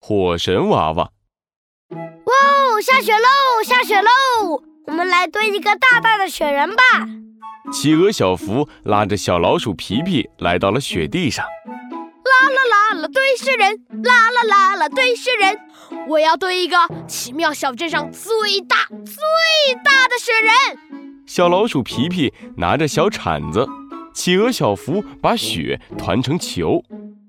火神娃娃。 哇，下雪喽，下雪喽！我们来堆一个大大的雪人吧。 企鹅小福拉着小老鼠皮皮来到了雪地上。 啦啦啦啦堆雪人，啦啦啦啦堆雪人，我要堆一个奇妙小镇上最大的雪人。 小老鼠皮皮拿着小铲子，企鹅小福把雪团成球。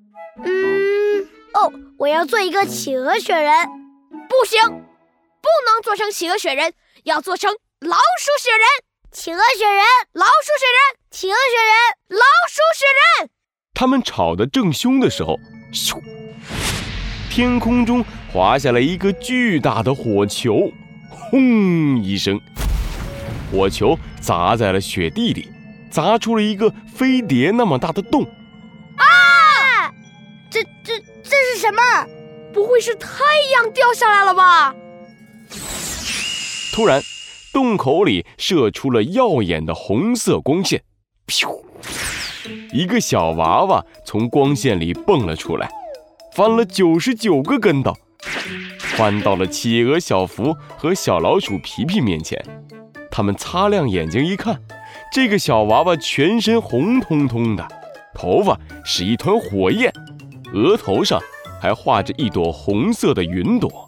我要做一个企鹅雪人。 不行，不能做成企鹅雪人，要做成老鼠雪人。 企鹅雪人， 老鼠雪人， 企鹅雪人， 老鼠雪人。 他们吵得正凶的时候，咻！天空中滑下来一个巨大的火球，轰一声，火球砸在了雪地里，砸出了一个飞碟那么大的洞。 啊！这是什么？ 不会是太阳掉下来了吧？ 突然，洞口里射出了耀眼的红色光线，噗！一个小娃娃从光线里蹦了出来，翻了99个跟斗，翻到了企鹅小福和小老鼠皮皮面前。他们擦亮眼睛一看，这个小娃娃全身红彤彤的，头发是一团火焰，额头上还画着一朵红色的云朵。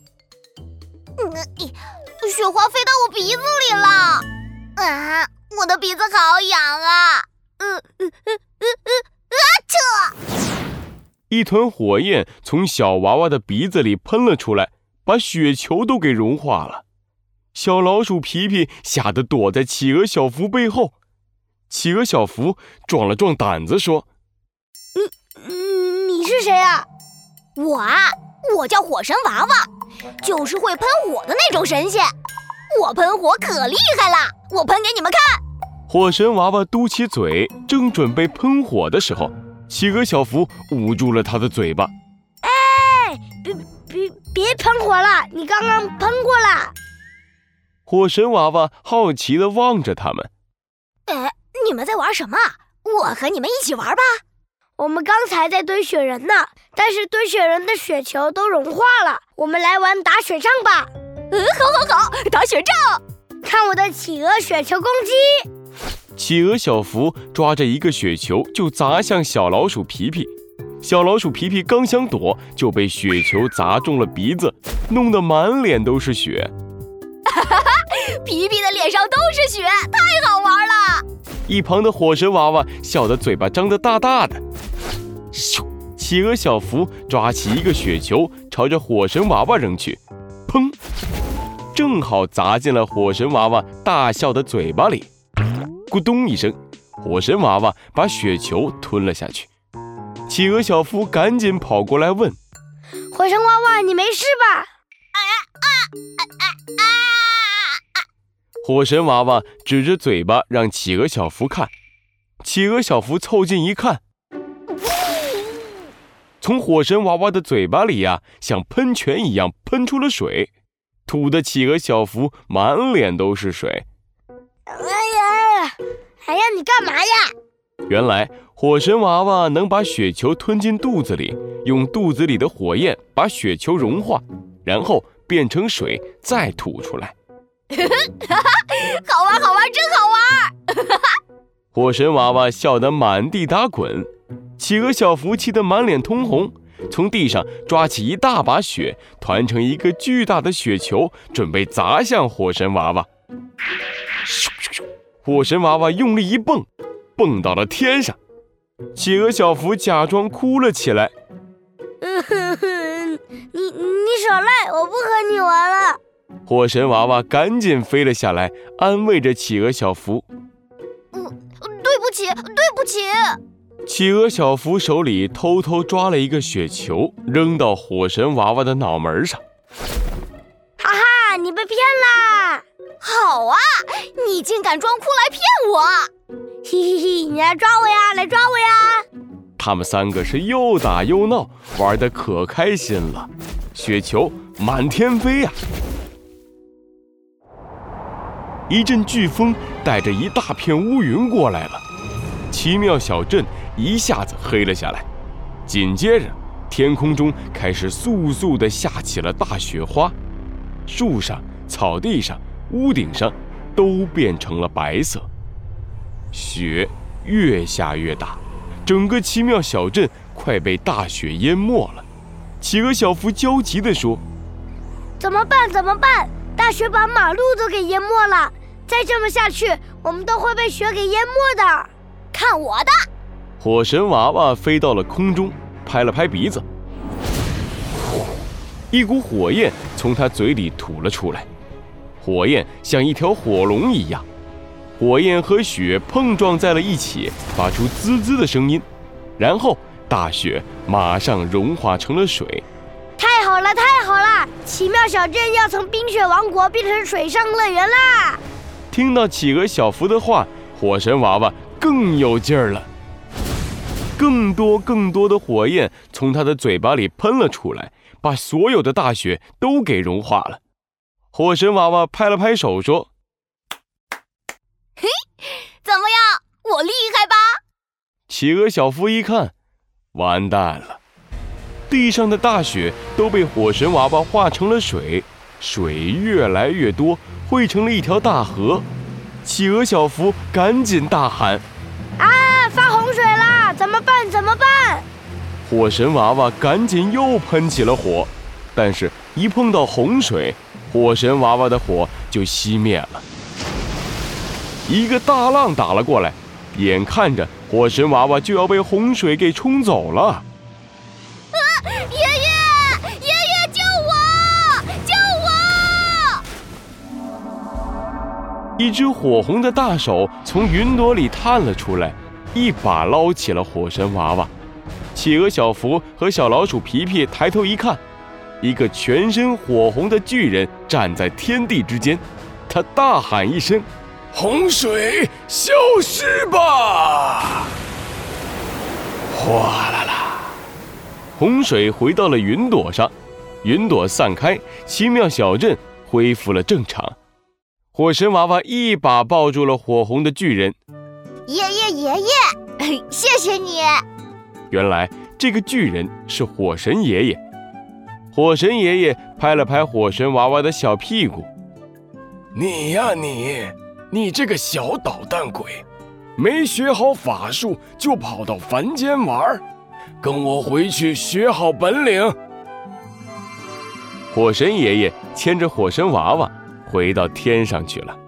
雪花飞到我鼻子里了，我的鼻子好痒啊！ 一团火焰从小娃娃的鼻子里喷了出来，把雪球都给融化了。小老鼠皮皮吓得躲在企鹅小福背后。企鹅小福壮了壮胆子说： 你是谁啊？ 我叫火神娃娃，就是会喷火的那种神仙。我喷火可厉害了，我喷给你们看。 火神娃娃嘟起嘴，正准备喷火的时候，企鹅小福捂住了他的嘴巴。 别喷火了，你刚刚喷过了。 火神娃娃好奇地望着他们。 你们在玩什么？我和你们一起玩吧。 我们刚才在堆雪人呢，但是堆雪人的雪球都融化了。我们来玩打雪仗吧。 好，打雪仗。 看我的企鹅雪球攻击。 企鹅小福抓着一个雪球就砸向小老鼠皮皮，小老鼠皮皮刚想躲，就被雪球砸中了鼻子，弄得满脸都是雪。 皮皮的脸上都是雪，太好玩了。 一旁的火神娃娃笑得嘴巴张得大大的。咻！企鹅小福抓起一个雪球朝着火神娃娃扔去，砰！正好砸进了火神娃娃大笑的嘴巴里。咕咚一声，火神娃娃把雪球吞了下去。企鹅小福赶紧跑过来问： 火神娃娃，你没事吧？ 火神娃娃指着嘴巴让企鹅小福看。企鹅小福凑近一看，从火神娃娃的嘴巴里像喷泉一样喷出了水，吐得企鹅小福满脸都是水。 哎呀，你干嘛呀？ 原来火神娃娃能把雪球吞进肚子里，用肚子里的火焰把雪球融化，然后变成水再吐出来。 好玩，真好玩。 火神娃娃笑得满地打滚，企鹅小福气得满脸通红，从地上抓起一大把雪，团成一个巨大的雪球，准备砸向火神娃娃。火神娃娃用力一蹦，蹦到了天上。企鹅小福假装哭了起来。 你少赖，我不和你玩了。 火神娃娃赶紧飞了下来，安慰着企鹅小福。 对不起。 企鹅小福手里偷偷抓了一个雪球，扔到火神娃娃的脑门上。 哈哈，你被骗啦！ 好啊，你竟敢装哭来骗我！ 你来抓我呀，来抓我呀！ 他们三个是又打又闹，玩得可开心了，雪球满天飞呀！一阵飓风带着一大片乌云过来了，奇妙小镇一下子黑了下来。紧接着， 天空中开始簌簌地下起了大雪花，树上、草地上、屋顶上都变成了白色。雪越下越大，整个奇妙小镇快被大雪淹没了。企鹅小福焦急地说： 怎么办？怎么办？大雪把马路都给淹没了，再这么下去，我们都会被雪给淹没的。 看我的！ 火神娃娃飞到了空中，拍了拍鼻子，一股火焰从他嘴里吐了出来。火焰像一条火龙一样，火焰和雪碰撞在了一起，发出滋滋的声音，然后大雪马上融化成了水。 太好了，太好了！奇妙小镇要从冰雪王国变成水上乐园啦！ 听到企鹅小福的话，火神娃娃更有劲儿了。更多的火焰从他的嘴巴里喷了出来，把所有的大雪都给融化了。火神娃娃拍了拍手说： 嘿，怎么样？我厉害吧？ 企鹅小福一看，完蛋了，地上的大雪都被火神娃娃化成了水，水越来越多，汇成了一条大河。企鹅小福赶紧大喊： 啊，发洪水啦！怎么办？怎么办？ 火神娃娃赶紧又喷起了火，但是一碰到洪水，火神娃娃的火就熄灭了。一个大浪打了过来，眼看着火神娃娃就要被洪水给冲走了。 爷爷，救我！救我！ 一只火红的大手从云朵里探了出来，一把捞起了火神娃娃。企鹅小福和小老鼠皮皮抬头一看，一个全身火红的巨人站在天地之间，他大喊一声：洪水消失吧！哗啦啦，洪水回到了云朵上，云朵散开，奇妙小镇恢复了正常。火神娃娃一把抱住了火红的巨人。 爷爷，谢谢你。 原来这个巨人是火神爷爷。火神爷爷拍了拍火神娃娃的小屁股：你呀你这个小捣蛋鬼，没学好法术就跑到凡间玩，跟我回去学好本领。火神爷爷牵着火神娃娃回到天上去了。